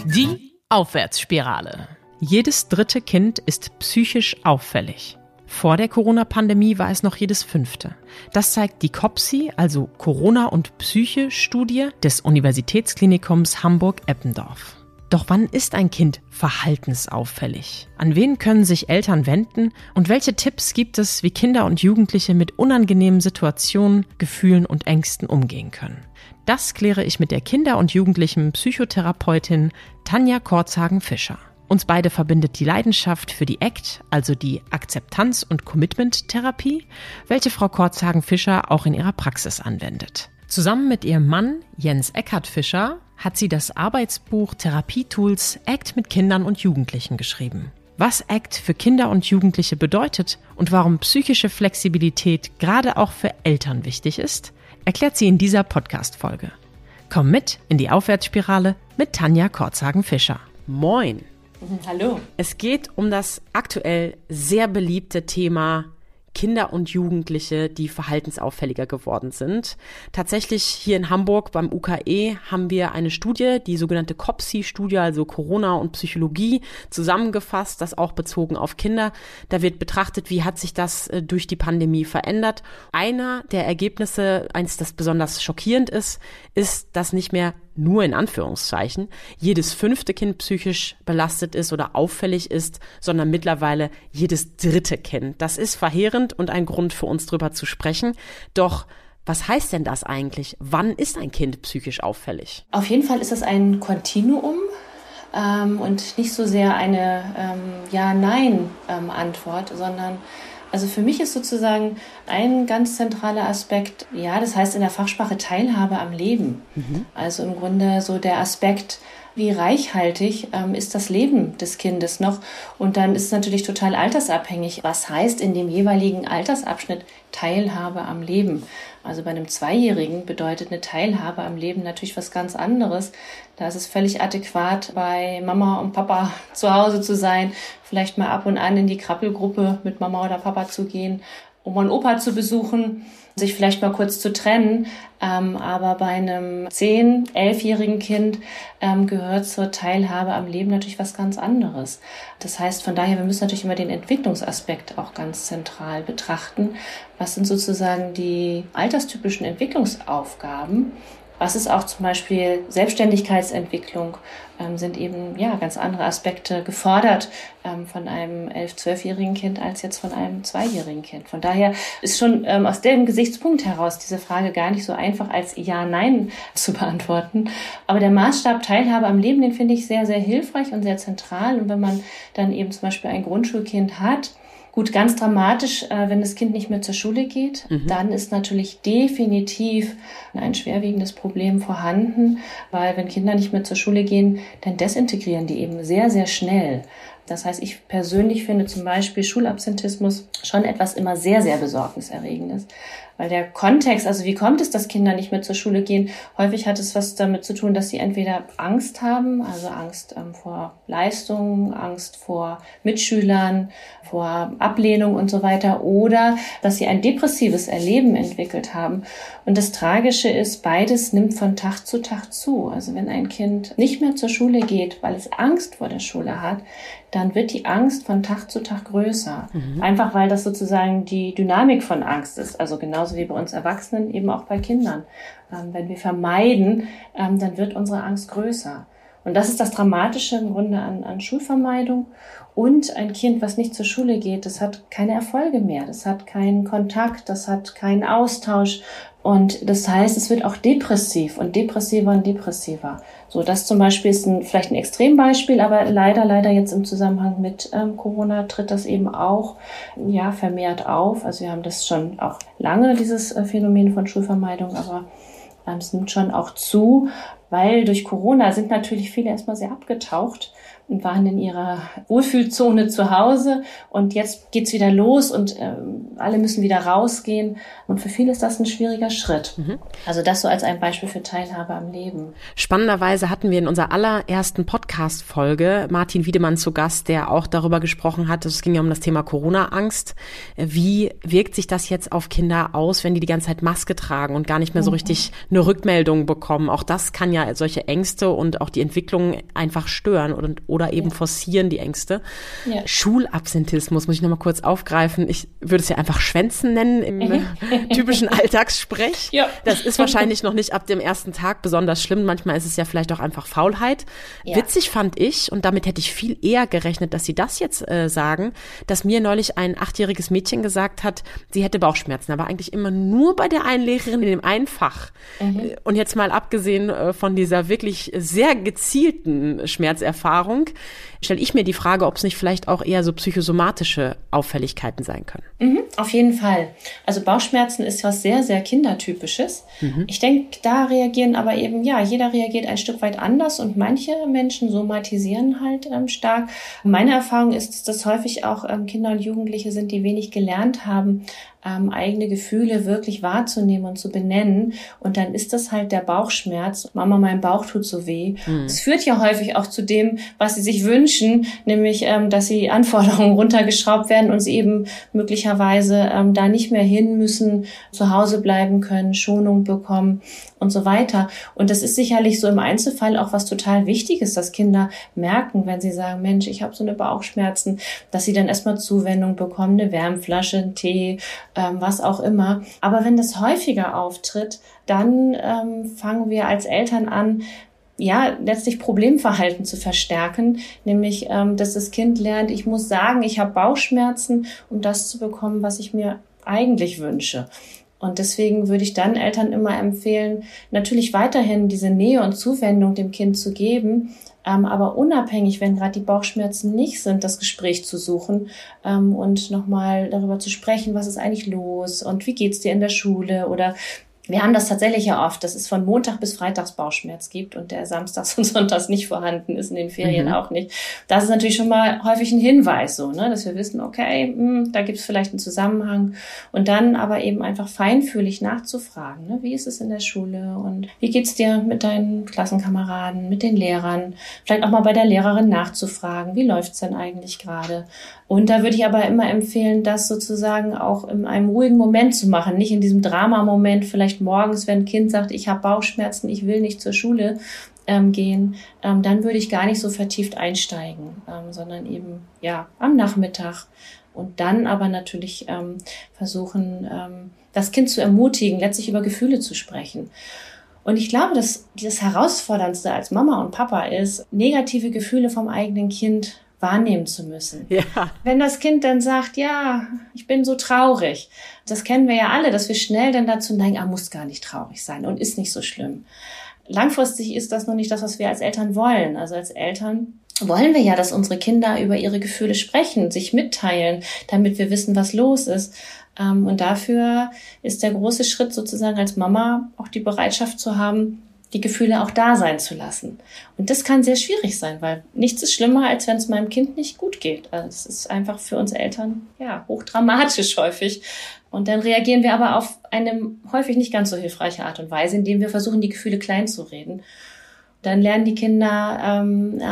Die Aufwärtsspirale. Jedes dritte Kind ist psychisch auffällig. Vor der Corona-Pandemie war es noch jedes fünfte. Das zeigt die COPSI, also Corona- und Psyche-Studie des Universitätsklinikums Hamburg-Eppendorf. Doch wann ist ein Kind verhaltensauffällig? An wen können sich Eltern wenden? Und welche Tipps gibt es, wie Kinder und Jugendliche mit unangenehmen Situationen, Gefühlen und Ängsten umgehen können? Das kläre ich mit der Kinder- und jugendlichen Psychotherapeutin Tanja Korthagen-Fischer. Uns beide verbindet die Leidenschaft für die ACT, also die Akzeptanz- und Commitment-Therapie, welche Frau Korthagen-Fischer auch in ihrer Praxis anwendet. Zusammen mit ihrem Mann Jens Eckhardt-Fischer hat sie das Arbeitsbuch Therapietools ACT mit Kindern und Jugendlichen geschrieben. Was ACT für Kinder und Jugendliche bedeutet und warum psychische Flexibilität gerade auch für Eltern wichtig ist, erklärt sie in dieser Podcast-Folge. Komm mit in die Aufwärtsspirale mit Tanja Korthagen-Fischer. Moin! Hallo. Es geht um das aktuell sehr beliebte Thema Kinder und Jugendliche, die verhaltensauffälliger geworden sind. Tatsächlich hier in Hamburg beim UKE haben wir eine Studie, die sogenannte COPSI-Studie, also Corona und Psychologie, zusammengefasst, das auch bezogen auf Kinder. Da wird betrachtet, wie hat sich das durch die Pandemie verändert. Einer der Ergebnisse, eins, das besonders schockierend ist, dass nicht mehr nur in Anführungszeichen jedes fünfte Kind psychisch belastet ist oder auffällig ist, sondern mittlerweile jedes dritte Kind. Das ist verheerend und ein Grund für uns, drüber zu sprechen. Doch was heißt denn das eigentlich? Wann ist ein Kind psychisch auffällig? Auf jeden Fall ist es ein Kontinuum und nicht so sehr eine Ja-Nein-Antwort, sondern also für mich ist sozusagen ein ganz zentraler Aspekt, das heißt in der Fachsprache Teilhabe am Leben. Also im Grunde so der Aspekt, wie reichhaltig ist das Leben des Kindes noch? Und dann ist es natürlich total altersabhängig. Was heißt in dem jeweiligen Altersabschnitt Teilhabe am Leben? Also bei einem Zweijährigen bedeutet eine Teilhabe am Leben natürlich was ganz anderes. Da ist es völlig adäquat, bei Mama und Papa zu Hause zu sein, vielleicht mal ab und an in die Krabbelgruppe mit Mama oder Papa zu gehen, Oma und Opa zu besuchen, sich vielleicht mal kurz zu trennen. Aber bei einem 10-, 11-jährigen Kind gehört zur Teilhabe am Leben natürlich was ganz anderes. Das heißt, von daher, wir müssen natürlich immer den Entwicklungsaspekt auch ganz zentral betrachten. Was sind sozusagen die alterstypischen Entwicklungsaufgaben? Was ist auch zum Beispiel Selbstständigkeitsentwicklung, sind eben ganz andere Aspekte gefordert von einem 11-, 12-jährigen Kind als jetzt von einem 2-jährigen Kind. Von daher ist schon aus dem Gesichtspunkt heraus diese Frage gar nicht so einfach als Ja-Nein zu beantworten. Aber der Maßstab Teilhabe am Leben, den finde ich sehr, sehr hilfreich und sehr zentral. Und wenn man dann eben zum Beispiel ein Grundschulkind hat, gut, ganz dramatisch, wenn das Kind nicht mehr zur Schule geht, dann ist natürlich definitiv ein schwerwiegendes Problem vorhanden, weil wenn Kinder nicht mehr zur Schule gehen, dann desintegrieren die eben sehr, sehr schnell. Das heißt, ich persönlich finde zum Beispiel Schulabsentismus schon etwas immer sehr, sehr Besorgniserregendes. Weil der Kontext, also wie kommt es, dass Kinder nicht mehr zur Schule gehen? Häufig hat es was damit zu tun, dass sie entweder Angst haben, also Angst vor Leistungen, Angst vor Mitschülern, vor Ablehnung und so weiter, oder dass sie ein depressives Erleben entwickelt haben. Und das Tragische ist, beides nimmt von Tag zu Tag zu. Also wenn ein Kind nicht mehr zur Schule geht, weil es Angst vor der Schule hat, dann wird die Angst von Tag zu Tag größer. Einfach weil das sozusagen die Dynamik von Angst ist. Also genauso wie bei uns Erwachsenen, eben auch bei Kindern. Wenn wir vermeiden, dann wird unsere Angst größer. Und das ist das Dramatische im Grunde an Schulvermeidung. Und ein Kind, was nicht zur Schule geht, das hat keine Erfolge mehr. Das hat keinen Kontakt, das hat keinen Austausch. Und das heißt, es wird auch depressiv und depressiver und depressiver. So, das zum Beispiel ist vielleicht ein Extrembeispiel, aber leider jetzt im Zusammenhang mit Corona tritt das eben auch vermehrt auf. Also wir haben das schon auch lange, dieses Phänomen von Schulvermeidung, aber es nimmt schon auch zu, weil durch Corona sind natürlich viele erstmal sehr abgetaucht und waren in ihrer Wohlfühlzone zu Hause und jetzt geht's wieder los und alle müssen wieder rausgehen. Und für viele ist das ein schwieriger Schritt. Also das so als ein Beispiel für Teilhabe am Leben. Spannenderweise hatten wir in unserer allerersten Podcast-Folge Martin Wiedemann zu Gast, der auch darüber gesprochen hat, es ging ja um das Thema Corona-Angst. Wie wirkt sich das jetzt auf Kinder aus, wenn die ganze Zeit Maske tragen und gar nicht mehr so richtig eine Rückmeldung bekommen? Auch das kann ja solche Ängste und auch die Entwicklung einfach stören oder eben forcieren die Ängste. Ja. Schulabsentismus muss ich nochmal kurz aufgreifen. Ich würde es ja einfach Schwänzen nennen im typischen Alltagssprech. Ja. Das ist wahrscheinlich noch nicht ab dem ersten Tag besonders schlimm. Manchmal ist es ja vielleicht auch einfach Faulheit. Ja. Witzig fand ich, und damit hätte ich viel eher gerechnet, dass Sie das jetzt sagen, dass mir neulich ein 8-jähriges Mädchen gesagt hat, sie hätte Bauchschmerzen, aber eigentlich immer nur bei der einen Lehrerin in dem einen Fach. Und jetzt mal abgesehen von dieser wirklich sehr gezielten Schmerzerfahrung, stelle ich mir die Frage, ob es nicht vielleicht auch eher so psychosomatische Auffälligkeiten sein können. Auf jeden Fall. Also Bauchschmerzen ist was sehr, sehr Kindertypisches. Ich denke, da reagieren aber eben, jeder reagiert ein Stück weit anders und manche Menschen somatisieren halt stark. Meine Erfahrung ist, dass das häufig auch Kinder und Jugendliche sind, die wenig gelernt haben, eigene Gefühle wirklich wahrzunehmen und zu benennen. Und dann ist das halt der Bauchschmerz. Mama, mein Bauch tut so weh. Es führt ja häufig auch zu dem, was sie sich wünschen, nämlich, dass die Anforderungen runtergeschraubt werden und sie eben möglicherweise da nicht mehr hin müssen, zu Hause bleiben können, Schonung bekommen und so weiter. Und das ist sicherlich so im Einzelfall auch was total Wichtiges, dass Kinder merken, wenn sie sagen, Mensch, ich habe so eine Bauchschmerzen, dass sie dann erstmal Zuwendung bekommen, eine Wärmflasche, einen Tee, was auch immer. Aber wenn das häufiger auftritt, dann fangen wir als Eltern an, letztlich Problemverhalten zu verstärken, nämlich, dass das Kind lernt, ich muss sagen, ich habe Bauchschmerzen, um das zu bekommen, was ich mir eigentlich wünsche. Und deswegen würde ich dann Eltern immer empfehlen, natürlich weiterhin diese Nähe und Zuwendung dem Kind zu geben, aber unabhängig, wenn gerade die Bauchschmerzen nicht sind, das Gespräch zu suchen und nochmal darüber zu sprechen, was ist eigentlich los und wie geht's dir in der Schule oder wir haben das tatsächlich ja oft, dass es von Montag bis Freitags Bauchschmerz gibt und der samstags und sonntags nicht vorhanden ist, in den Ferien auch nicht. Das ist natürlich schon mal häufig ein Hinweis, so, ne, dass wir wissen, okay, da gibt es vielleicht einen Zusammenhang und dann aber eben einfach feinfühlig nachzufragen, ne, wie ist es in der Schule und wie geht's dir mit deinen Klassenkameraden, mit den Lehrern, vielleicht auch mal bei der Lehrerin nachzufragen, wie läuft's denn eigentlich gerade? Und da würde ich aber immer empfehlen, das sozusagen auch in einem ruhigen Moment zu machen, nicht in diesem Drama-Moment, vielleicht morgens, wenn ein Kind sagt, ich habe Bauchschmerzen, ich will nicht zur Schule gehen, dann würde ich gar nicht so vertieft einsteigen, sondern eben am Nachmittag und dann aber natürlich versuchen, das Kind zu ermutigen, letztlich über Gefühle zu sprechen. Und ich glaube, dass das Herausforderndste als Mama und Papa ist, negative Gefühle vom eigenen Kind wahrnehmen zu müssen. Ja. Wenn das Kind dann sagt, ich bin so traurig, das kennen wir ja alle, dass wir schnell dann dazu neigen, muss gar nicht traurig sein und ist nicht so schlimm. Langfristig ist das nur nicht das, was wir als Eltern wollen. Also als Eltern wollen wir ja, dass unsere Kinder über ihre Gefühle sprechen, sich mitteilen, damit wir wissen, was los ist. Und dafür ist der große Schritt sozusagen als Mama auch die Bereitschaft zu haben, die Gefühle auch da sein zu lassen. Und das kann sehr schwierig sein, weil nichts ist schlimmer, als wenn es meinem Kind nicht gut geht. Also es ist einfach für uns Eltern hochdramatisch häufig. Und dann reagieren wir aber auf eine häufig nicht ganz so hilfreiche Art und Weise, indem wir versuchen, die Gefühle klein zu reden. Dann lernen die Kinder,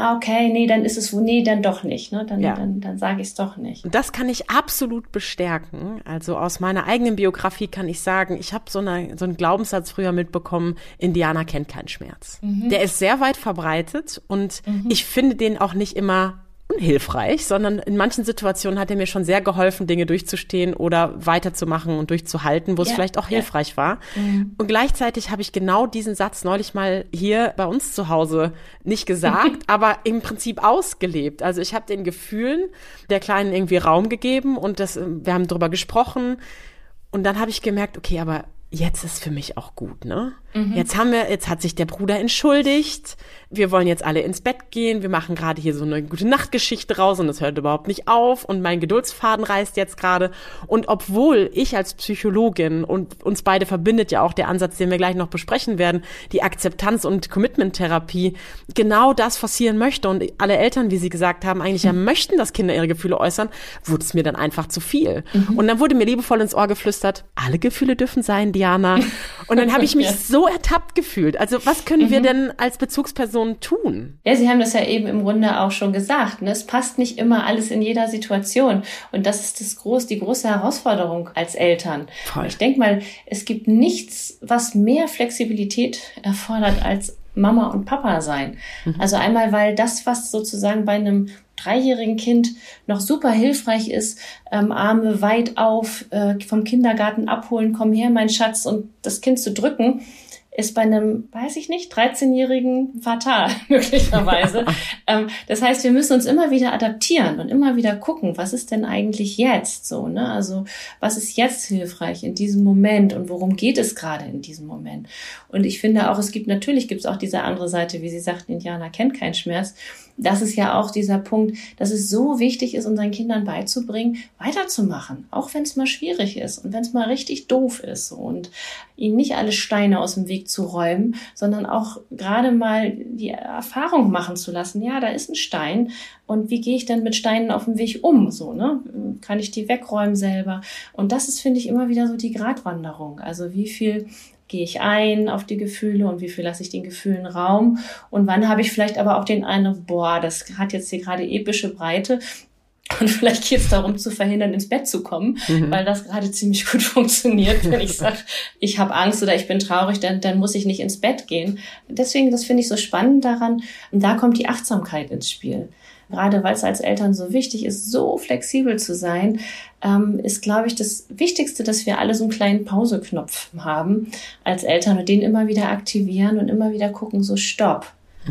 dann ist es dann doch nicht. Ne? Dann sage ich es doch nicht. Und das kann ich absolut bestärken. Also aus meiner eigenen Biografie kann ich sagen, ich habe so einen Glaubenssatz früher mitbekommen, Indianer kennt keinen Schmerz. Der ist sehr weit verbreitet und ich finde den auch nicht immer unhilfreich, sondern in manchen Situationen hat er mir schon sehr geholfen, Dinge durchzustehen oder weiterzumachen und durchzuhalten, wo es vielleicht auch hilfreich war. Und gleichzeitig habe ich genau diesen Satz neulich mal hier bei uns zu Hause nicht gesagt, aber im Prinzip ausgelebt. Also ich habe den Gefühlen der Kleinen irgendwie Raum gegeben und wir haben drüber gesprochen und dann habe ich gemerkt, okay, aber jetzt ist für mich auch gut, ne? Jetzt hat sich der Bruder entschuldigt. Wir wollen jetzt alle ins Bett gehen. Wir machen gerade hier so eine Gute-Nacht-Geschichte raus und das hört überhaupt nicht auf. Und mein Geduldsfaden reißt jetzt gerade. Und obwohl ich als Psychologin und uns beide verbindet ja auch der Ansatz, den wir gleich noch besprechen werden, die Akzeptanz- und Commitment-Therapie, genau das forcieren möchte und alle Eltern, wie Sie gesagt haben, eigentlich ja möchten, dass Kinder ihre Gefühle äußern, wurde es mir dann einfach zu viel. Und dann wurde mir liebevoll ins Ohr geflüstert, alle Gefühle dürfen sein, Diana. Und dann habe ich mich so ertappt gefühlt. Also was können wir denn als Bezugsperson tun? Ja, Sie haben das ja eben im Grunde auch schon gesagt. Ne? Es passt nicht immer alles in jeder Situation. Und das ist die große Herausforderung als Eltern. Voll. Ich denke mal, es gibt nichts, was mehr Flexibilität erfordert als Mama und Papa sein. Also einmal, weil das, was sozusagen bei einem 3-jährigen Kind noch super hilfreich ist, Arme weit auf, vom Kindergarten abholen, komm her, mein Schatz, und das Kind zu drücken, ist bei einem, 13-jährigen fatal, möglicherweise. Das heißt, wir müssen uns immer wieder adaptieren und immer wieder gucken, was ist denn eigentlich jetzt so, ne? Also, was ist jetzt hilfreich in diesem Moment und worum geht es gerade in diesem Moment? Und ich finde auch, natürlich gibt es auch diese andere Seite, wie Sie sagten, Indianer kennt keinen Schmerz. Das ist ja auch dieser Punkt, dass es so wichtig ist, unseren Kindern beizubringen, weiterzumachen, auch wenn es mal schwierig ist und wenn es mal richtig doof ist, und ihnen nicht alle Steine aus dem Weg zu räumen, sondern auch gerade mal die Erfahrung machen zu lassen, ja, da ist ein Stein und wie gehe ich denn mit Steinen auf dem Weg um, so, ne? Kann ich die wegräumen selber? Und das ist, finde ich, immer wieder so die Gratwanderung. Also wie viel gehe ich ein auf die Gefühle und wie viel lasse ich den Gefühlen Raum? Und wann habe ich vielleicht aber auch den Eindruck, das hat jetzt hier gerade epische Breite und vielleicht geht es darum zu verhindern, ins Bett zu kommen, weil das gerade ziemlich gut funktioniert, wenn ich sage, ich habe Angst oder ich bin traurig, dann muss ich nicht ins Bett gehen. Deswegen, das finde ich so spannend daran, und da kommt die Achtsamkeit ins Spiel. Gerade weil es als Eltern so wichtig ist, so flexibel zu sein, ist, glaube ich, das Wichtigste, dass wir alle so einen kleinen Pauseknopf haben als Eltern und den immer wieder aktivieren und immer wieder gucken, so stopp.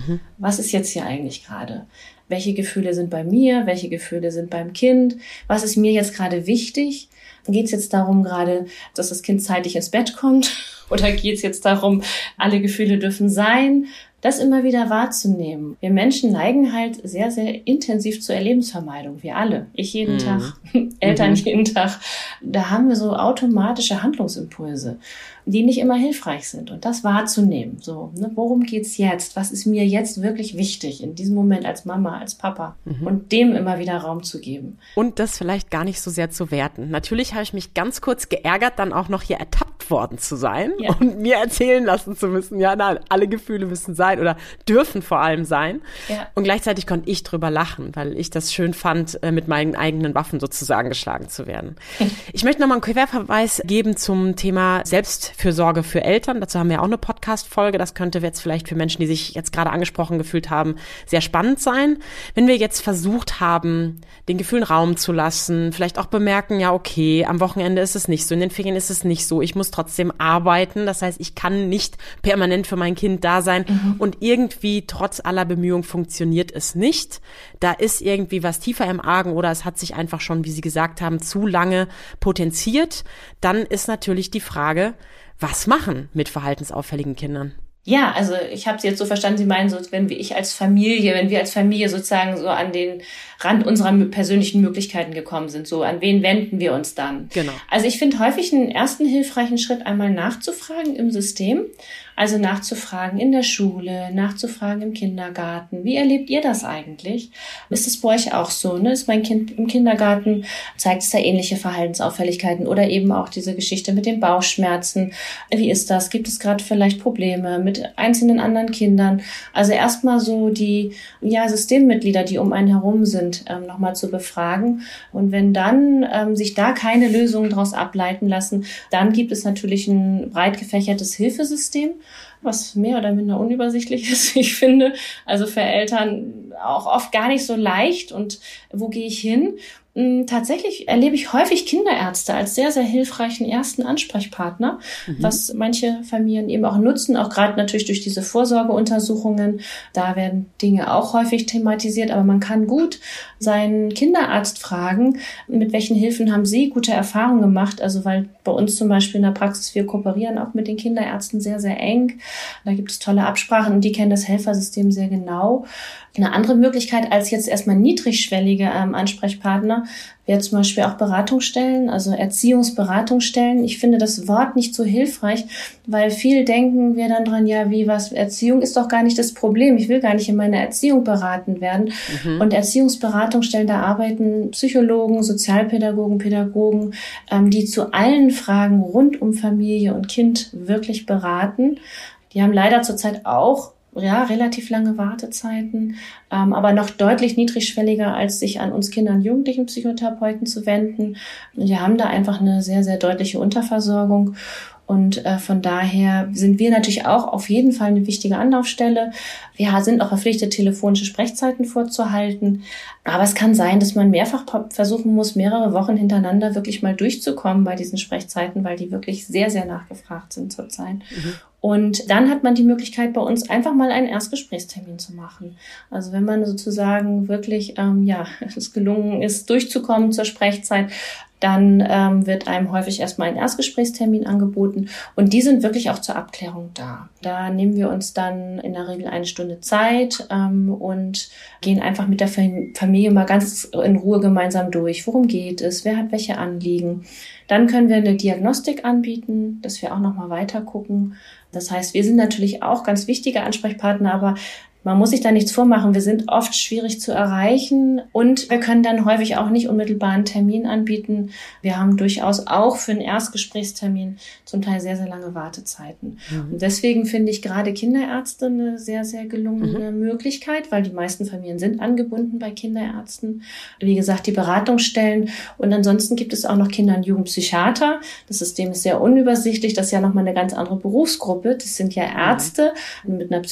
Was ist jetzt hier eigentlich gerade? Welche Gefühle sind bei mir? Welche Gefühle sind beim Kind? Was ist mir jetzt gerade wichtig? Geht es jetzt darum gerade, dass das Kind zeitig ins Bett kommt? Oder geht es jetzt darum, alle Gefühle dürfen sein? Das immer wieder wahrzunehmen. Wir Menschen neigen halt sehr, sehr intensiv zur Erlebensvermeidung. Wir alle. Ich jeden Tag, Eltern jeden Tag. Da haben wir so automatische Handlungsimpulse, die nicht immer hilfreich sind. Und das wahrzunehmen. So, ne, worum geht's jetzt? Was ist mir jetzt wirklich wichtig in diesem Moment als Mama, als Papa? Und dem immer wieder Raum zu geben. Und das vielleicht gar nicht so sehr zu werten. Natürlich habe ich mich ganz kurz geärgert, dann auch noch hier ertappt worden zu sein und mir erzählen lassen zu müssen, ja, nein, alle Gefühle müssen sein oder dürfen vor allem sein. Ja. Und gleichzeitig konnte ich drüber lachen, weil ich das schön fand, mit meinen eigenen Waffen sozusagen geschlagen zu werden. Ich möchte nochmal einen Querverweis geben zum Thema Selbstfürsorge für Eltern. Dazu haben wir auch eine Podcast-Folge. Das könnte jetzt vielleicht für Menschen, die sich jetzt gerade angesprochen gefühlt haben, sehr spannend sein. Wenn wir jetzt versucht haben, den Gefühlen Raum zu lassen, vielleicht auch bemerken, ja, okay, am Wochenende ist es nicht so, in den Ferien ist es nicht so, ich muss trotzdem arbeiten. Das heißt, ich kann nicht permanent für mein Kind da sein und irgendwie trotz aller Bemühungen funktioniert es nicht. Da ist irgendwie was tiefer im Argen oder es hat sich einfach schon, wie Sie gesagt haben, zu lange potenziert. Dann ist natürlich die Frage, was machen mit verhaltensauffälligen Kindern? Ja, also ich habe Sie jetzt so verstanden, Sie meinen so, wenn wir als Familie sozusagen so an den Rand unserer persönlichen Möglichkeiten gekommen sind, so an wen wenden wir uns dann? Genau. Also ich finde häufig einen ersten hilfreichen Schritt, einmal nachzufragen im System, also nachzufragen in der Schule, nachzufragen im Kindergarten. Wie erlebt ihr das eigentlich? Ist es bei euch auch so? Ne? Ist mein Kind im Kindergarten, zeigt es da ähnliche Verhaltensauffälligkeiten oder eben auch diese Geschichte mit den Bauchschmerzen? Wie ist das? Gibt es gerade vielleicht Probleme mit einzelnen anderen Kindern? Also erstmal so die Systemmitglieder, die um einen herum sind, nochmal zu befragen. Und wenn dann sich da keine Lösungen daraus ableiten lassen, dann gibt es natürlich ein breit gefächertes Hilfesystem, was mehr oder minder unübersichtlich ist, wie ich finde. Also für Eltern auch oft gar nicht so leicht. Und wo gehe ich hin? Tatsächlich erlebe ich häufig Kinderärzte als sehr, sehr hilfreichen ersten Ansprechpartner, was manche Familien eben auch nutzen, auch gerade natürlich durch diese Vorsorgeuntersuchungen. Da werden Dinge auch häufig thematisiert, aber man kann gut seinen Kinderarzt fragen, mit welchen Hilfen haben Sie gute Erfahrungen gemacht? Also weil bei uns zum Beispiel in der Praxis, wir kooperieren auch mit den Kinderärzten sehr, sehr eng. Da gibt es tolle Absprachen und die kennen das Helfersystem sehr genau. Eine andere Möglichkeit als jetzt erstmal niedrigschwellige Ansprechpartner wäre zum Beispiel auch Beratungsstellen, also Erziehungsberatungsstellen. Ich finde das Wort nicht so hilfreich, weil viel denken wir dann dran, ja, wie was, Erziehung ist doch gar nicht das Problem. Ich will gar nicht in meiner Erziehung beraten werden. Und Erziehungsberatungsstellen, da arbeiten Psychologen, Sozialpädagogen, Pädagogen, die zu allen Fragen rund um Familie und Kind wirklich beraten. Die haben leider zurzeit auch relativ lange Wartezeiten, aber noch deutlich niedrigschwelliger, als sich an uns Kinder- und Jugendlichen Psychotherapeuten zu wenden. Wir haben da einfach eine sehr, sehr deutliche Unterversorgung. Und von daher sind wir natürlich auch auf jeden Fall eine wichtige Anlaufstelle. Wir sind auch verpflichtet, telefonische Sprechzeiten vorzuhalten. Aber es kann sein, dass man mehrfach versuchen muss, mehrere Wochen hintereinander wirklich mal durchzukommen bei diesen Sprechzeiten, weil die wirklich sehr, sehr nachgefragt sind zurzeit. Und dann hat man die Möglichkeit, bei uns einfach mal einen Erstgesprächstermin zu machen. Also wenn man sozusagen wirklich, es gelungen ist, durchzukommen zur Sprechzeit, dann wird einem häufig erstmal ein Erstgesprächstermin angeboten und die sind wirklich auch zur Abklärung da. Da nehmen wir uns dann in der Regel 1 Stunde Zeit und gehen einfach mit der Familie mal ganz in Ruhe gemeinsam durch. Worum geht es? Wer hat welche Anliegen? Dann können wir eine Diagnostik anbieten, dass wir auch nochmal weiter gucken. Das heißt, wir sind natürlich auch ganz wichtige Ansprechpartner, aber man muss sich da nichts vormachen. Wir sind oft schwierig zu erreichen und wir können dann häufig auch nicht unmittelbar einen Termin anbieten. Wir haben durchaus auch für einen Erstgesprächstermin zum Teil sehr, sehr lange Wartezeiten. Und deswegen finde ich gerade Kinderärzte eine sehr, sehr gelungene Möglichkeit, weil die meisten Familien sind angebunden bei Kinderärzten. Wie gesagt, die Beratungsstellen. Und ansonsten gibt es auch noch Kinder- und Jugendpsychiater. Das System ist sehr unübersichtlich. Das ist ja nochmal eine ganz andere Berufsgruppe. Das sind ja Ärzte mit einer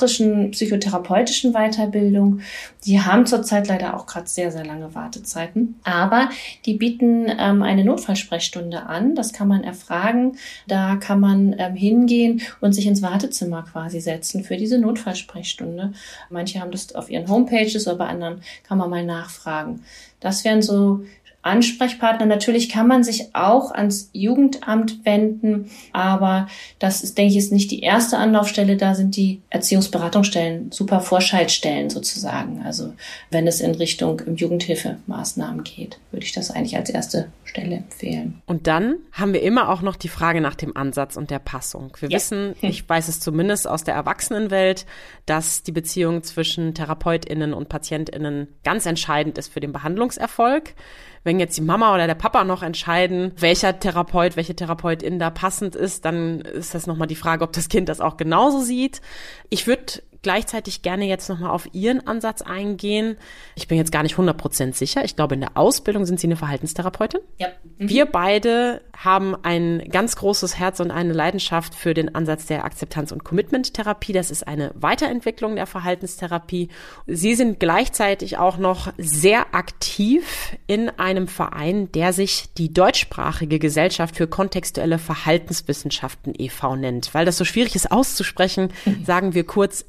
psychotherapeutischen Weiterbildung. Die haben zurzeit leider auch gerade sehr, sehr lange Wartezeiten. Aber die bieten eine Notfallsprechstunde an. Das kann man erfragen. Da kann man hingehen und sich ins Wartezimmer quasi setzen für diese Notfallsprechstunde. Manche haben das auf ihren Homepages, aber bei anderen kann man mal nachfragen. Das wären so Ansprechpartner. Natürlich kann man sich auch ans Jugendamt wenden, aber das ist, denke ich, ist nicht die erste Anlaufstelle. Da sind die Erziehungsberatungsstellen super Vorschaltstellen sozusagen. Also wenn es in Richtung Jugendhilfemaßnahmen geht, würde ich das eigentlich als erste Stelle empfehlen. Und dann haben wir immer auch noch die Frage nach dem Ansatz und der Passung. Wir wissen, ich weiß es zumindest aus der Erwachsenenwelt, dass die Beziehung zwischen TherapeutInnen und PatientInnen ganz entscheidend ist für den Behandlungserfolg. Wenn jetzt die Mama oder der Papa noch entscheiden, welcher Therapeut, welche Therapeutin da passend ist, dann ist das nochmal die Frage, ob das Kind das auch genauso sieht. Ich würde gleichzeitig gerne jetzt nochmal auf Ihren Ansatz eingehen. Ich bin jetzt gar nicht 100% sicher. Ich glaube, in der Ausbildung sind Sie eine Verhaltenstherapeutin. Ja. Wir beide haben ein ganz großes Herz und eine Leidenschaft für den Ansatz der Akzeptanz- und Commitment-Therapie. Das ist eine Weiterentwicklung der Verhaltenstherapie. Sie sind gleichzeitig auch noch sehr aktiv in einem Verein, der sich die Deutschsprachige Gesellschaft für kontextuelle Verhaltenswissenschaften e.V. nennt. Weil das so schwierig ist auszusprechen, sagen wir kurz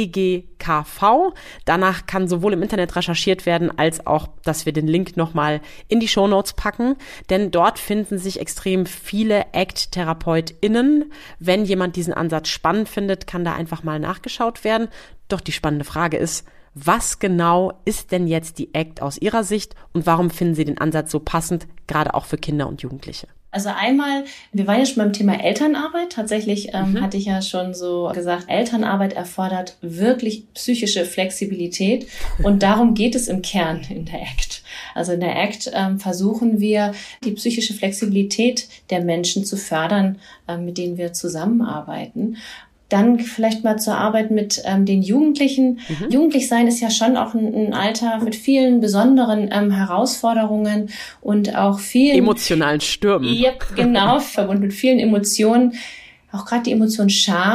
DGKV. Danach kann sowohl im Internet recherchiert werden, als auch, dass wir den Link nochmal in die Shownotes packen. Denn dort finden sich extrem viele ACT-TherapeutInnen. Wenn jemand diesen Ansatz spannend findet, kann da einfach mal nachgeschaut werden. Doch die spannende Frage ist, was genau ist denn jetzt die ACT aus Ihrer Sicht und warum finden Sie den Ansatz so passend, gerade auch für Kinder und Jugendliche? Also einmal, wir waren ja schon beim Thema Elternarbeit. Tatsächlich hatte ich ja schon so gesagt, Elternarbeit erfordert wirklich psychische Flexibilität. Und darum geht es im Kern in der ACT. Also in der ACT versuchen wir, die psychische Flexibilität der Menschen zu fördern, mit denen wir zusammenarbeiten. Dann vielleicht mal zur Arbeit mit den Jugendlichen. Jugendlich sein ist ja schon auch ein Alter mit vielen besonderen Herausforderungen und auch vielen emotionalen Stürmen. Ja, genau, verbunden mit vielen Emotionen. Auch gerade die Emotion Scham,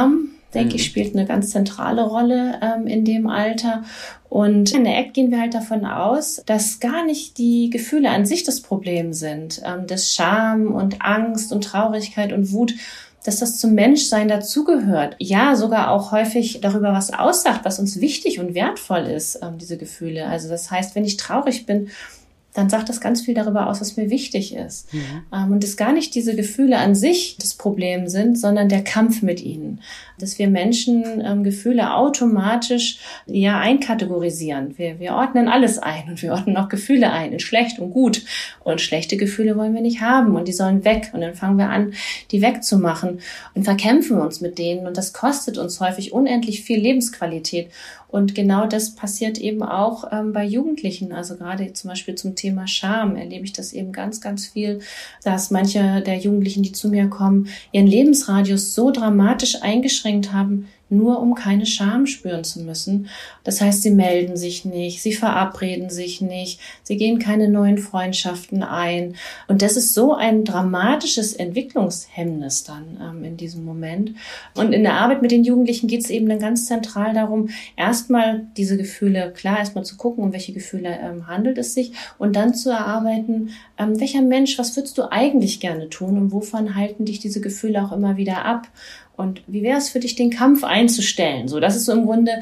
denke ich, spielt eine ganz zentrale Rolle in dem Alter. Und in der ACT gehen wir halt davon aus, dass gar nicht die Gefühle an sich das Problem sind, dass Scham und Angst und Traurigkeit und Wut, dass das zum Menschsein dazugehört. Ja, sogar auch häufig darüber was aussagt, was uns wichtig und wertvoll ist, diese Gefühle. Also das heißt, wenn ich traurig bin, dann sagt das ganz viel darüber aus, was mir wichtig ist. Und dass gar nicht diese Gefühle an sich das Problem sind, sondern der Kampf mit ihnen. Dass wir Menschen Gefühle automatisch einkategorisieren. Wir ordnen alles ein und wir ordnen auch Gefühle ein in schlecht und gut. Und schlechte Gefühle wollen wir nicht haben und die sollen weg. Und dann fangen wir an, die wegzumachen und verkämpfen uns mit denen. Und das kostet uns häufig unendlich viel Lebensqualität. Und genau das passiert eben auch bei Jugendlichen. Also gerade zum Beispiel zum Thema Scham erlebe ich das eben ganz, ganz viel, dass manche der Jugendlichen, die zu mir kommen, ihren Lebensradius so dramatisch eingeschränkt haben, nur um keine Scham spüren zu müssen. Das heißt, sie melden sich nicht, sie verabreden sich nicht, sie gehen keine neuen Freundschaften ein. Und das ist so ein dramatisches Entwicklungshemmnis dann in diesem Moment. Und in der Arbeit mit den Jugendlichen geht es eben dann ganz zentral darum, erstmal diese Gefühle, klar, erstmal zu gucken, um welche Gefühle handelt es sich und dann zu erarbeiten, welcher Mensch, was würdest du eigentlich gerne tun und wovon halten dich diese Gefühle auch immer wieder ab? Und wie wäre es für dich, den Kampf einzustellen? So, das ist so im Grunde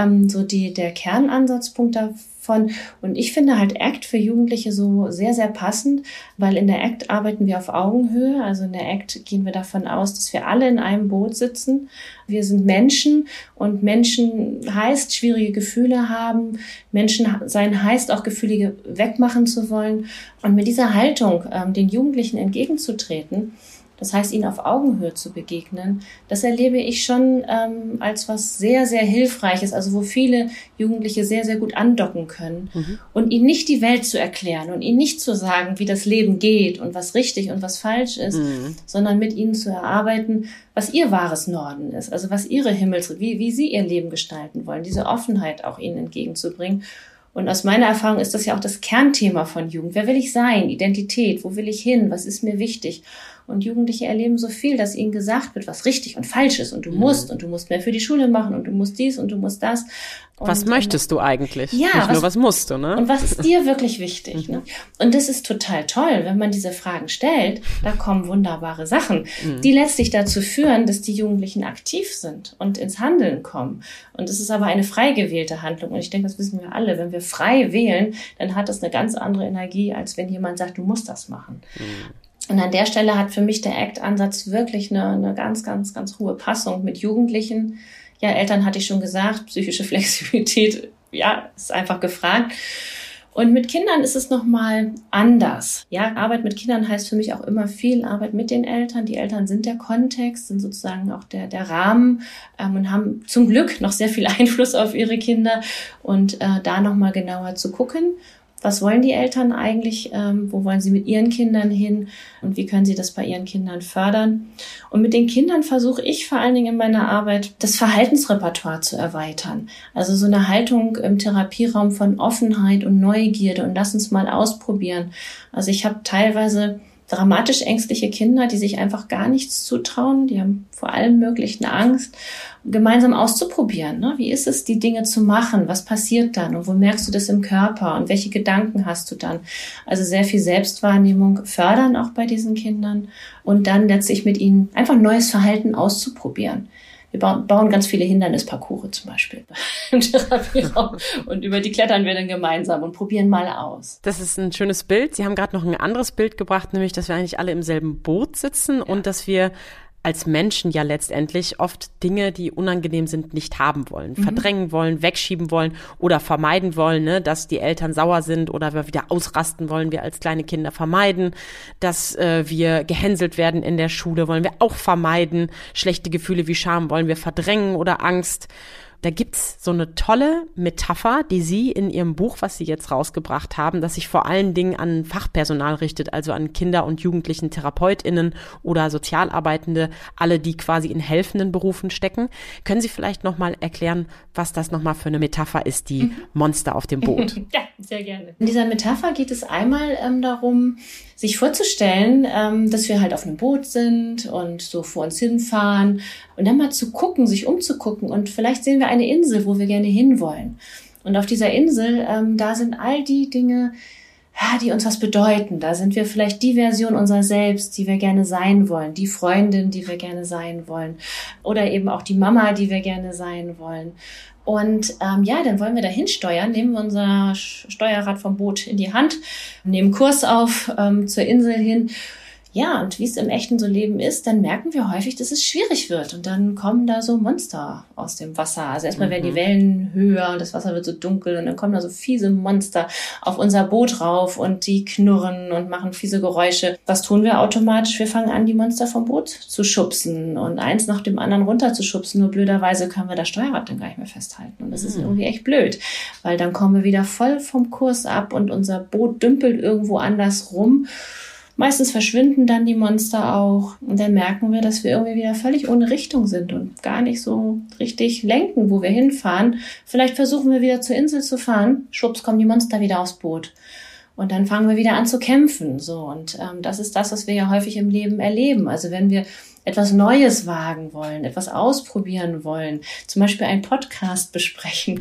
der Kernansatzpunkt davon. Und ich finde halt ACT für Jugendliche so sehr, sehr passend, weil in der ACT arbeiten wir auf Augenhöhe. Also in der ACT gehen wir davon aus, dass wir alle in einem Boot sitzen. Wir sind Menschen und Menschen heißt, schwierige Gefühle haben. Menschen sein heißt, auch Gefühle wegmachen zu wollen. Und mit dieser Haltung den Jugendlichen entgegenzutreten, das heißt, ihnen auf Augenhöhe zu begegnen, das erlebe ich schon als was sehr, sehr Hilfreiches, also wo viele Jugendliche sehr, sehr gut andocken können. Und ihnen nicht die Welt zu erklären und ihnen nicht zu sagen, wie das Leben geht und was richtig und was falsch ist, sondern mit ihnen zu erarbeiten, was ihr wahres Norden ist, also was ihre wie sie ihr Leben gestalten wollen, diese Offenheit auch ihnen entgegenzubringen. Und aus meiner Erfahrung ist das ja auch das Kernthema von Jugend. Wer will ich sein? Identität. Wo will ich hin? Was ist mir wichtig? Und Jugendliche erleben so viel, dass ihnen gesagt wird, was richtig und falsch ist. Und du musst mehr für die Schule machen und du musst dies und du musst das. Und, was möchtest du eigentlich? Ja, nicht nur was musst du, ne? Und was ist dir wirklich wichtig? Ne? Und das ist total toll, wenn man diese Fragen stellt, da kommen wunderbare Sachen, die letztlich dazu führen, dass die Jugendlichen aktiv sind und ins Handeln kommen. Und es ist aber eine frei gewählte Handlung. Und ich denke, das wissen wir alle. Wenn wir frei wählen, dann hat das eine ganz andere Energie, als wenn jemand sagt, du musst das machen. Und an der Stelle hat für mich der ACT-Ansatz wirklich eine ganz, ganz, ganz hohe Passung mit Jugendlichen. Ja, Eltern hatte ich schon gesagt, psychische Flexibilität, ja, ist einfach gefragt. Und mit Kindern ist es nochmal anders. Ja, Arbeit mit Kindern heißt für mich auch immer viel Arbeit mit den Eltern. Die Eltern sind der Kontext, sind sozusagen auch der Rahmen und haben zum Glück noch sehr viel Einfluss auf ihre Kinder. Und da nochmal genauer zu gucken, was wollen die Eltern eigentlich, wo wollen sie mit ihren Kindern hin und wie können sie das bei ihren Kindern fördern. Und mit den Kindern versuche ich vor allen Dingen in meiner Arbeit, das Verhaltensrepertoire zu erweitern. Also so eine Haltung im Therapieraum von Offenheit und Neugierde und lass uns mal ausprobieren. Also ich habe teilweise dramatisch ängstliche Kinder, die sich einfach gar nichts zutrauen, die haben vor allem Möglichen Angst, gemeinsam auszuprobieren. Ne? Wie ist es, die Dinge zu machen? Was passiert dann? Und wo merkst du das im Körper? Und welche Gedanken hast du dann? Also sehr viel Selbstwahrnehmung fördern auch bei diesen Kindern und dann letztlich mit ihnen einfach neues Verhalten auszuprobieren. Wir bauen ganz viele Hindernisparcours zum Beispiel im Therapieraum und über die klettern wir dann gemeinsam und probieren mal aus. Das ist ein schönes Bild. Sie haben gerade noch ein anderes Bild gebracht, nämlich, dass wir eigentlich alle im selben Boot sitzen und dass wir als Menschen ja letztendlich oft Dinge, die unangenehm sind, nicht haben wollen, verdrängen wollen, wegschieben wollen oder vermeiden wollen, ne, dass die Eltern sauer sind oder wir wieder ausrasten wollen, wir als kleine Kinder vermeiden, dass wir gehänselt werden in der Schule, wollen wir auch vermeiden, schlechte Gefühle wie Scham wollen wir verdrängen oder Angst. Da gibt's so eine tolle Metapher, die Sie in Ihrem Buch, was Sie jetzt rausgebracht haben, das sich vor allen Dingen an Fachpersonal richtet, also an Kinder- und Jugendlichen TherapeutInnen oder Sozialarbeitende, alle, die quasi in helfenden Berufen stecken. Können Sie vielleicht nochmal erklären, was das nochmal für eine Metapher ist, die Monster auf dem Boot? Ja, Sehr gerne. In dieser Metapher geht es einmal darum, sich vorzustellen, dass wir halt auf einem Boot sind und so vor uns hinfahren und dann mal zu gucken, sich umzugucken und vielleicht sehen wir eine Insel, wo wir gerne hinwollen. Und auf dieser Insel, da sind all die Dinge, die uns was bedeuten. Da sind wir vielleicht die Version unserer selbst, die wir gerne sein wollen, die Freundin, die wir gerne sein wollen oder eben auch die Mama, die wir gerne sein wollen. Und dann wollen wir dahin steuern, nehmen wir unser Steuerrad vom Boot in die Hand, nehmen Kurs auf zur Insel hin. Ja, und wie es im echten so Leben ist, dann merken wir häufig, dass es schwierig wird. Und dann kommen da so Monster aus dem Wasser. Also erstmal werden die Wellen höher und das Wasser wird so dunkel und dann kommen da so fiese Monster auf unser Boot rauf und die knurren und machen fiese Geräusche. Was tun wir automatisch? Wir fangen an, die Monster vom Boot zu schubsen und eins nach dem anderen runter zu schubsen. Nur blöderweise können wir das Steuerrad dann gar nicht mehr festhalten. Und das ist irgendwie echt blöd, weil dann kommen wir wieder voll vom Kurs ab und unser Boot dümpelt irgendwo anders rum. Meistens verschwinden dann die Monster auch und dann merken wir, dass wir irgendwie wieder völlig ohne Richtung sind und gar nicht so richtig lenken, wo wir hinfahren. Vielleicht versuchen wir wieder zur Insel zu fahren, schwupps kommen die Monster wieder aufs Boot. Und dann fangen wir wieder an zu kämpfen. Und das ist das, was wir ja häufig im Leben erleben. Also wenn wir etwas Neues wagen wollen, etwas ausprobieren wollen, zum Beispiel einen Podcast besprechen,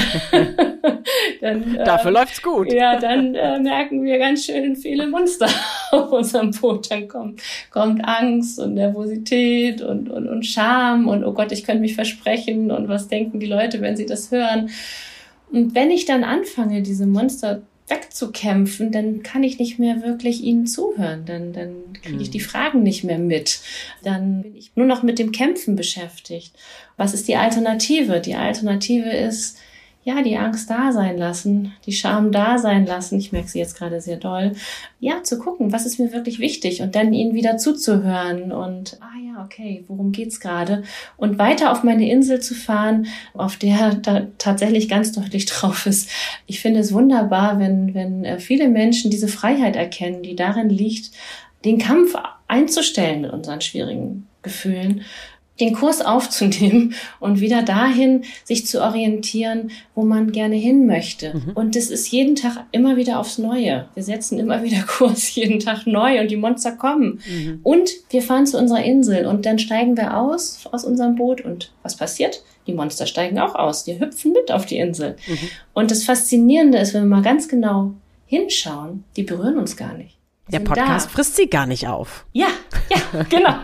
dann, dafür läuft's gut. Ja, dann merken wir ganz schön viele Monster auf unserem Boot. Dann kommt Angst und Nervosität und Scham und oh Gott, ich könnte mich versprechen und was denken die Leute, wenn sie das hören. Und wenn ich dann anfange, diese Monster wegzukämpfen, dann kann ich nicht mehr wirklich ihnen zuhören. Dann kriege ich die Fragen nicht mehr mit. Dann bin ich nur noch mit dem Kämpfen beschäftigt. Was ist die Alternative? Die Alternative ist, ja, die Angst da sein lassen, die Scham da sein lassen. Ich merke sie jetzt gerade sehr doll. Ja, zu gucken, was ist mir wirklich wichtig und dann ihnen wieder zuzuhören und, okay, worum geht's gerade? Und weiter auf meine Insel zu fahren, auf der da tatsächlich ganz deutlich drauf ist. Ich finde es wunderbar, wenn viele Menschen diese Freiheit erkennen, die darin liegt, den Kampf einzustellen mit unseren schwierigen Gefühlen, den Kurs aufzunehmen und wieder dahin sich zu orientieren, wo man gerne hin möchte. Und das ist jeden Tag immer wieder aufs Neue. Wir setzen immer wieder Kurs, jeden Tag neu und die Monster kommen. Und wir fahren zu unserer Insel und dann steigen wir aus unserem Boot und was passiert? Die Monster steigen auch aus, die hüpfen mit auf die Insel. Und das Faszinierende ist, wenn wir mal ganz genau hinschauen, die berühren uns gar nicht. Der Podcast frisst sie gar nicht auf. Ja, genau.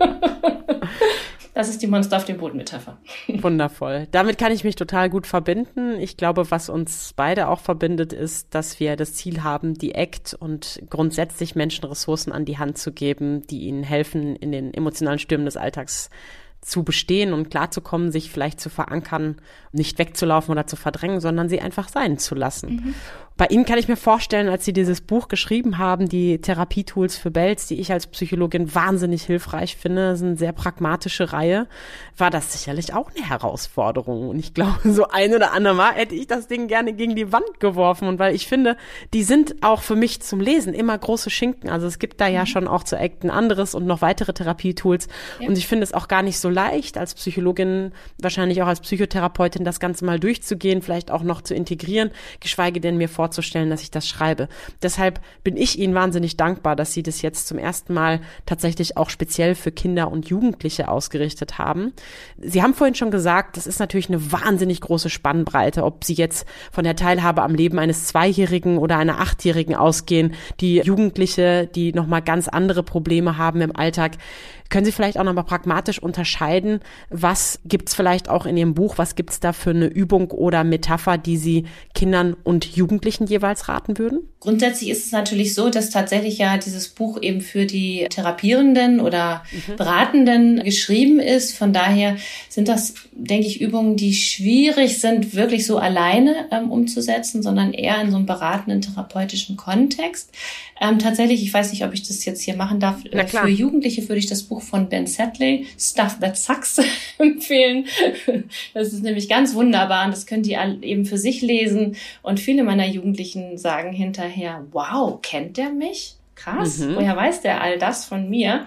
Das ist die Monster auf dem Boot-Metapher. Wundervoll. Damit kann ich mich total gut verbinden. Ich glaube, was uns beide auch verbindet, ist, dass wir das Ziel haben, die ACT und grundsätzlich Menschen Ressourcen an die Hand zu geben, die ihnen helfen, in den emotionalen Stürmen des Alltags zu bestehen und klarzukommen, sich vielleicht zu verankern, nicht wegzulaufen oder zu verdrängen, sondern sie einfach sein zu lassen. Bei Ihnen kann ich mir vorstellen, als Sie dieses Buch geschrieben haben, die Therapietools für Belz, die ich als Psychologin wahnsinnig hilfreich finde, das ist eine sehr pragmatische Reihe, war das sicherlich auch eine Herausforderung. Und ich glaube, so ein oder andere Mal hätte ich das Ding gerne gegen die Wand geworfen. Und weil ich finde, die sind auch für mich zum Lesen immer große Schinken. Also es gibt da ja schon auch zu ACT ein anderes und noch weitere Therapietools. Ja. Und ich finde es auch gar nicht so leicht, als Psychologin, wahrscheinlich auch als Psychotherapeutin, das Ganze mal durchzugehen, vielleicht auch noch zu integrieren, geschweige denn mir vorzustellen, dass ich das schreibe. Deshalb bin ich Ihnen wahnsinnig dankbar, dass Sie das jetzt zum ersten Mal tatsächlich auch speziell für Kinder und Jugendliche ausgerichtet haben. Sie haben vorhin schon gesagt, das ist natürlich eine wahnsinnig große Spannbreite, ob Sie jetzt von der Teilhabe am Leben eines 2-Jährigen oder einer 8-Jährigen ausgehen, die Jugendliche, die nochmal ganz andere Probleme haben im Alltag. Können Sie vielleicht auch nochmal pragmatisch unterscheiden, was gibt's vielleicht auch in Ihrem Buch, was gibt's da für eine Übung oder Metapher, die Sie Kindern und Jugendlichen jeweils raten würden? Grundsätzlich ist es natürlich so, dass tatsächlich ja dieses Buch eben für die Therapierenden oder Beratenden geschrieben ist. Von daher sind das, denke ich, Übungen, die schwierig sind, wirklich so alleine umzusetzen, sondern eher in so einem beratenden therapeutischen Kontext. Tatsächlich, ich weiß nicht, ob ich das jetzt hier machen darf, für Jugendliche würde ich das Buch von Ben Sadley, Stuff That Sucks, empfehlen. Das ist nämlich ganz wunderbar und das können die eben für sich lesen. Und viele meiner Jugendlichen sagen hinterher, wow, kennt der mich? Krass, woher weiß der all das von mir?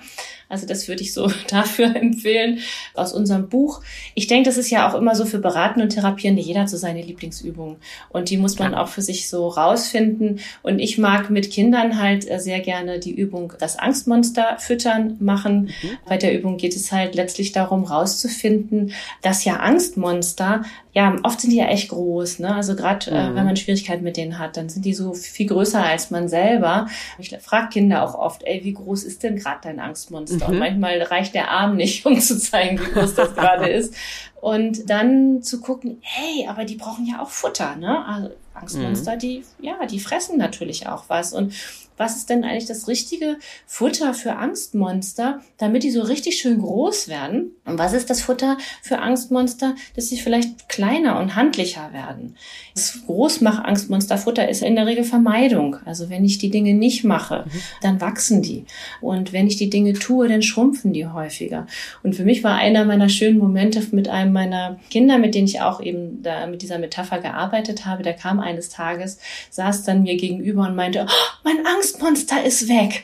Also das würde ich so dafür empfehlen aus unserem Buch. Ich denke, das ist ja auch immer so für Beratende und Therapierende, jeder hat so seine Lieblingsübungen. Und die muss man auch für sich so rausfinden. Und ich mag mit Kindern halt sehr gerne die Übung das Angstmonster füttern machen. Bei der Übung geht es halt letztlich darum, rauszufinden, dass ja Angstmonster, ja, oft sind die ja echt groß, ne? Also gerade wenn man Schwierigkeiten mit denen hat, dann sind die so viel größer als man selber. Ich frage Kinder auch oft, wie groß ist denn gerade dein Angstmonster? Und manchmal reicht der Arm nicht, um zu zeigen, wie groß das gerade ist. Und dann zu gucken, hey, aber die brauchen ja auch Futter, ne? Also Angstmonster, die fressen natürlich auch was. Und was ist denn eigentlich das richtige Futter für Angstmonster, damit die so richtig schön groß werden? Und was ist das Futter für Angstmonster, dass sie vielleicht kleiner und handlicher werden? Das Großmach-Angstmonsterfutter ist in der Regel Vermeidung. Also wenn ich die Dinge nicht mache, dann wachsen die. Und wenn ich die Dinge tue, dann schrumpfen die häufiger. Und für mich war einer meiner schönen Momente mit einem meiner Kinder, mit denen ich auch eben da mit dieser Metapher gearbeitet habe, der kam eines Tages, saß dann mir gegenüber und meinte, oh, mein Angstmonster ist weg.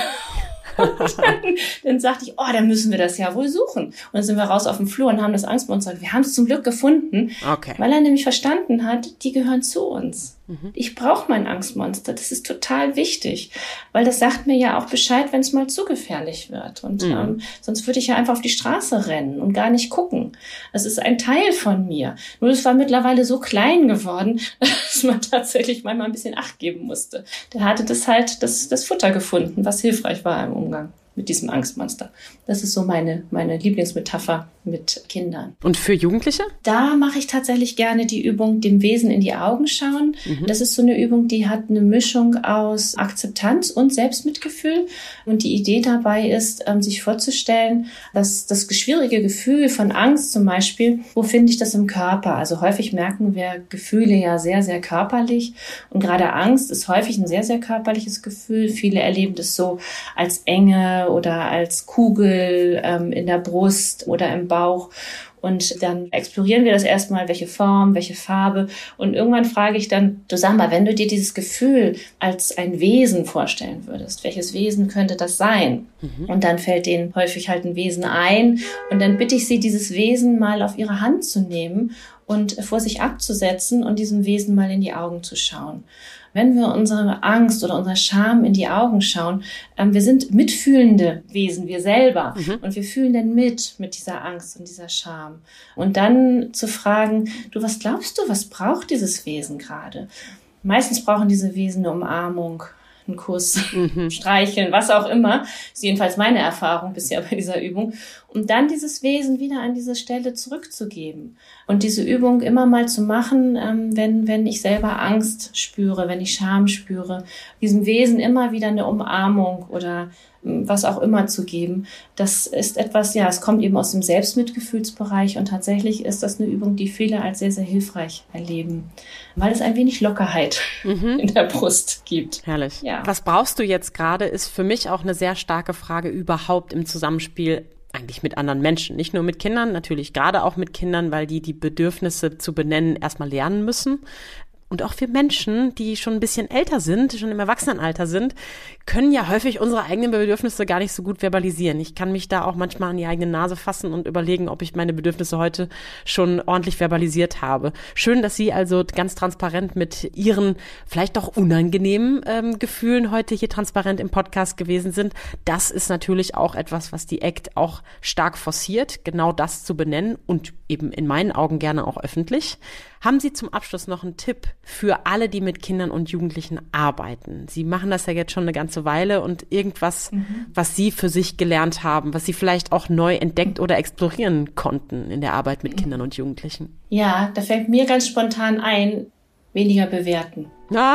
Und dann sagte ich, dann müssen wir das ja wohl suchen. Und dann sind wir raus auf den Flur und haben das Angstmonster. Wir haben es zum Glück gefunden, weil er nämlich verstanden hat, die gehören zu uns. Ich brauche mein Angstmonster. Das ist total wichtig, weil das sagt mir ja auch Bescheid, wenn es mal zu gefährlich wird. Und sonst würde ich ja einfach auf die Straße rennen und gar nicht gucken. Es ist ein Teil von mir. Nur es war mittlerweile so klein geworden, dass man tatsächlich manchmal ein bisschen Acht geben musste. Der hatte das Futter gefunden, was hilfreich war im Umgang mit diesem Angstmonster. Das ist so meine Lieblingsmetapher mit Kindern. Und für Jugendliche? Da mache ich tatsächlich gerne die Übung, dem Wesen in die Augen schauen. Das ist so eine Übung, die hat eine Mischung aus Akzeptanz und Selbstmitgefühl. Und die Idee dabei ist, sich vorzustellen, dass das schwierige Gefühl von Angst zum Beispiel, wo finde ich das im Körper? Also häufig merken wir Gefühle ja sehr, sehr körperlich. Und gerade Angst ist häufig ein sehr, sehr körperliches Gefühl. Viele erleben das so als Enge oder als Kugel in der Brust oder im Bauch. Und dann explorieren wir das erstmal, welche Form, welche Farbe. Und irgendwann frage ich dann, du sag mal, wenn du dir dieses Gefühl als ein Wesen vorstellen würdest, welches Wesen könnte das sein? Und dann fällt denen häufig halt ein Wesen ein. Und dann bitte ich sie, dieses Wesen mal auf ihre Hand zu nehmen und vor sich abzusetzen und diesem Wesen mal in die Augen zu schauen. Wenn wir unsere Angst oder unsere Scham in die Augen schauen, wir sind mitfühlende Wesen, wir selber. Und wir fühlen dann mit dieser Angst und dieser Scham. Und dann zu fragen, du, was glaubst du, was braucht dieses Wesen gerade? Meistens brauchen diese Wesen eine Umarmung, einen Kuss, streicheln, was auch immer. Das ist jedenfalls meine Erfahrung bisher bei dieser Übung. Und dann dieses Wesen wieder an diese Stelle zurückzugeben. Und diese Übung immer mal zu machen, wenn ich selber Angst spüre, wenn ich Scham spüre, diesem Wesen immer wieder eine Umarmung oder was auch immer zu geben. Das ist etwas, es kommt eben aus dem Selbstmitgefühlsbereich und tatsächlich ist das eine Übung, die viele als sehr, sehr hilfreich erleben, weil es ein wenig Lockerheit in der Brust gibt. Herrlich. Ja. Was brauchst du jetzt gerade, ist für mich auch eine sehr starke Frage überhaupt im Zusammenspiel eigentlich mit anderen Menschen, nicht nur mit Kindern, natürlich gerade auch mit Kindern, weil die Bedürfnisse zu benennen erstmal lernen müssen. Und auch wir Menschen, die schon ein bisschen älter sind, schon im Erwachsenenalter sind, können ja häufig unsere eigenen Bedürfnisse gar nicht so gut verbalisieren. Ich kann mich da auch manchmal an die eigene Nase fassen und überlegen, ob ich meine Bedürfnisse heute schon ordentlich verbalisiert habe. Schön, dass Sie also ganz transparent mit Ihren vielleicht doch unangenehmen Gefühlen heute hier transparent im Podcast gewesen sind. Das ist natürlich auch etwas, was die ACT auch stark forciert, genau das zu benennen und eben in meinen Augen gerne auch öffentlich. Haben Sie zum Abschluss noch einen Tipp für alle, die mit Kindern und Jugendlichen arbeiten? Sie machen das ja jetzt schon eine ganze Weile und irgendwas, was Sie für sich gelernt haben, was Sie vielleicht auch neu entdeckt oder explorieren konnten in der Arbeit mit Kindern und Jugendlichen. Ja, da fällt mir ganz spontan ein, weniger bewerten.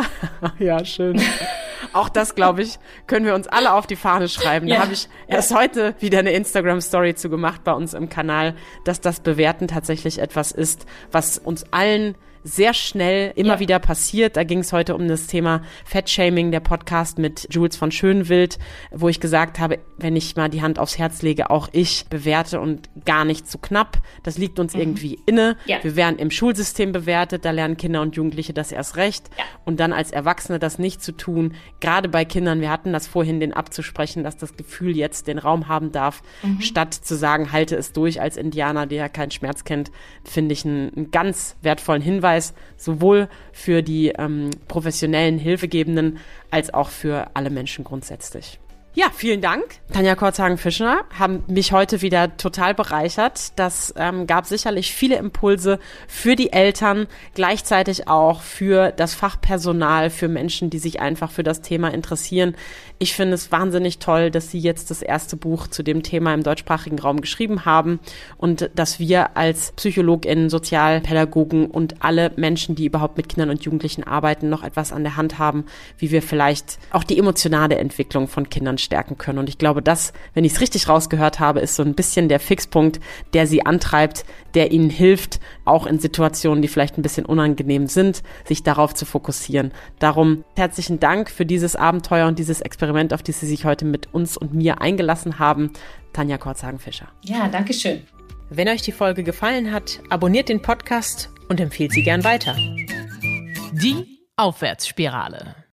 Ja, schön. Auch das, glaube ich, können wir uns alle auf die Fahne schreiben. Da habe ich erst heute wieder eine Instagram-Story zu gemacht bei uns im Kanal, dass das Bewerten tatsächlich etwas ist, was uns allen sehr schnell immer wieder passiert. Da ging es heute um das Thema Fettshaming, der Podcast mit Jules von Schönwild, wo ich gesagt habe, wenn ich mal die Hand aufs Herz lege, auch ich bewerte und gar nicht zu knapp. Das liegt uns irgendwie inne. Ja. Wir werden im Schulsystem bewertet, da lernen Kinder und Jugendliche das erst recht. Ja. Und dann als Erwachsene das nicht zu tun, gerade bei Kindern, wir hatten das vorhin, den abzusprechen, dass das Gefühl jetzt den Raum haben darf, statt zu sagen, halte es durch als Indianer, der ja keinen Schmerz kennt, finde ich einen ganz wertvollen Hinweis, sowohl für die professionellen Hilfegebenden als auch für alle Menschen grundsätzlich. Ja, vielen Dank. Tanja Korthagen-Fischer haben mich heute wieder total bereichert. Das gab sicherlich viele Impulse für die Eltern, gleichzeitig auch für das Fachpersonal, für Menschen, die sich einfach für das Thema interessieren. Ich finde es wahnsinnig toll, dass Sie jetzt das erste Buch zu dem Thema im deutschsprachigen Raum geschrieben haben und dass wir als PsychologInnen, Sozialpädagogen und alle Menschen, die überhaupt mit Kindern und Jugendlichen arbeiten, noch etwas an der Hand haben, wie wir vielleicht auch die emotionale Entwicklung von Kindern stärken können. Und ich glaube, das, wenn ich es richtig rausgehört habe, ist so ein bisschen der Fixpunkt, der Sie antreibt, der Ihnen hilft, auch in Situationen, die vielleicht ein bisschen unangenehm sind, sich darauf zu fokussieren. Darum herzlichen Dank für dieses Abenteuer und dieses Experiment, auf das Sie sich heute mit uns und mir eingelassen haben. Tanja Korthagen-Fischer. Ja, danke schön. Wenn euch die Folge gefallen hat, abonniert den Podcast und empfehlt sie gern weiter. Die Aufwärtsspirale.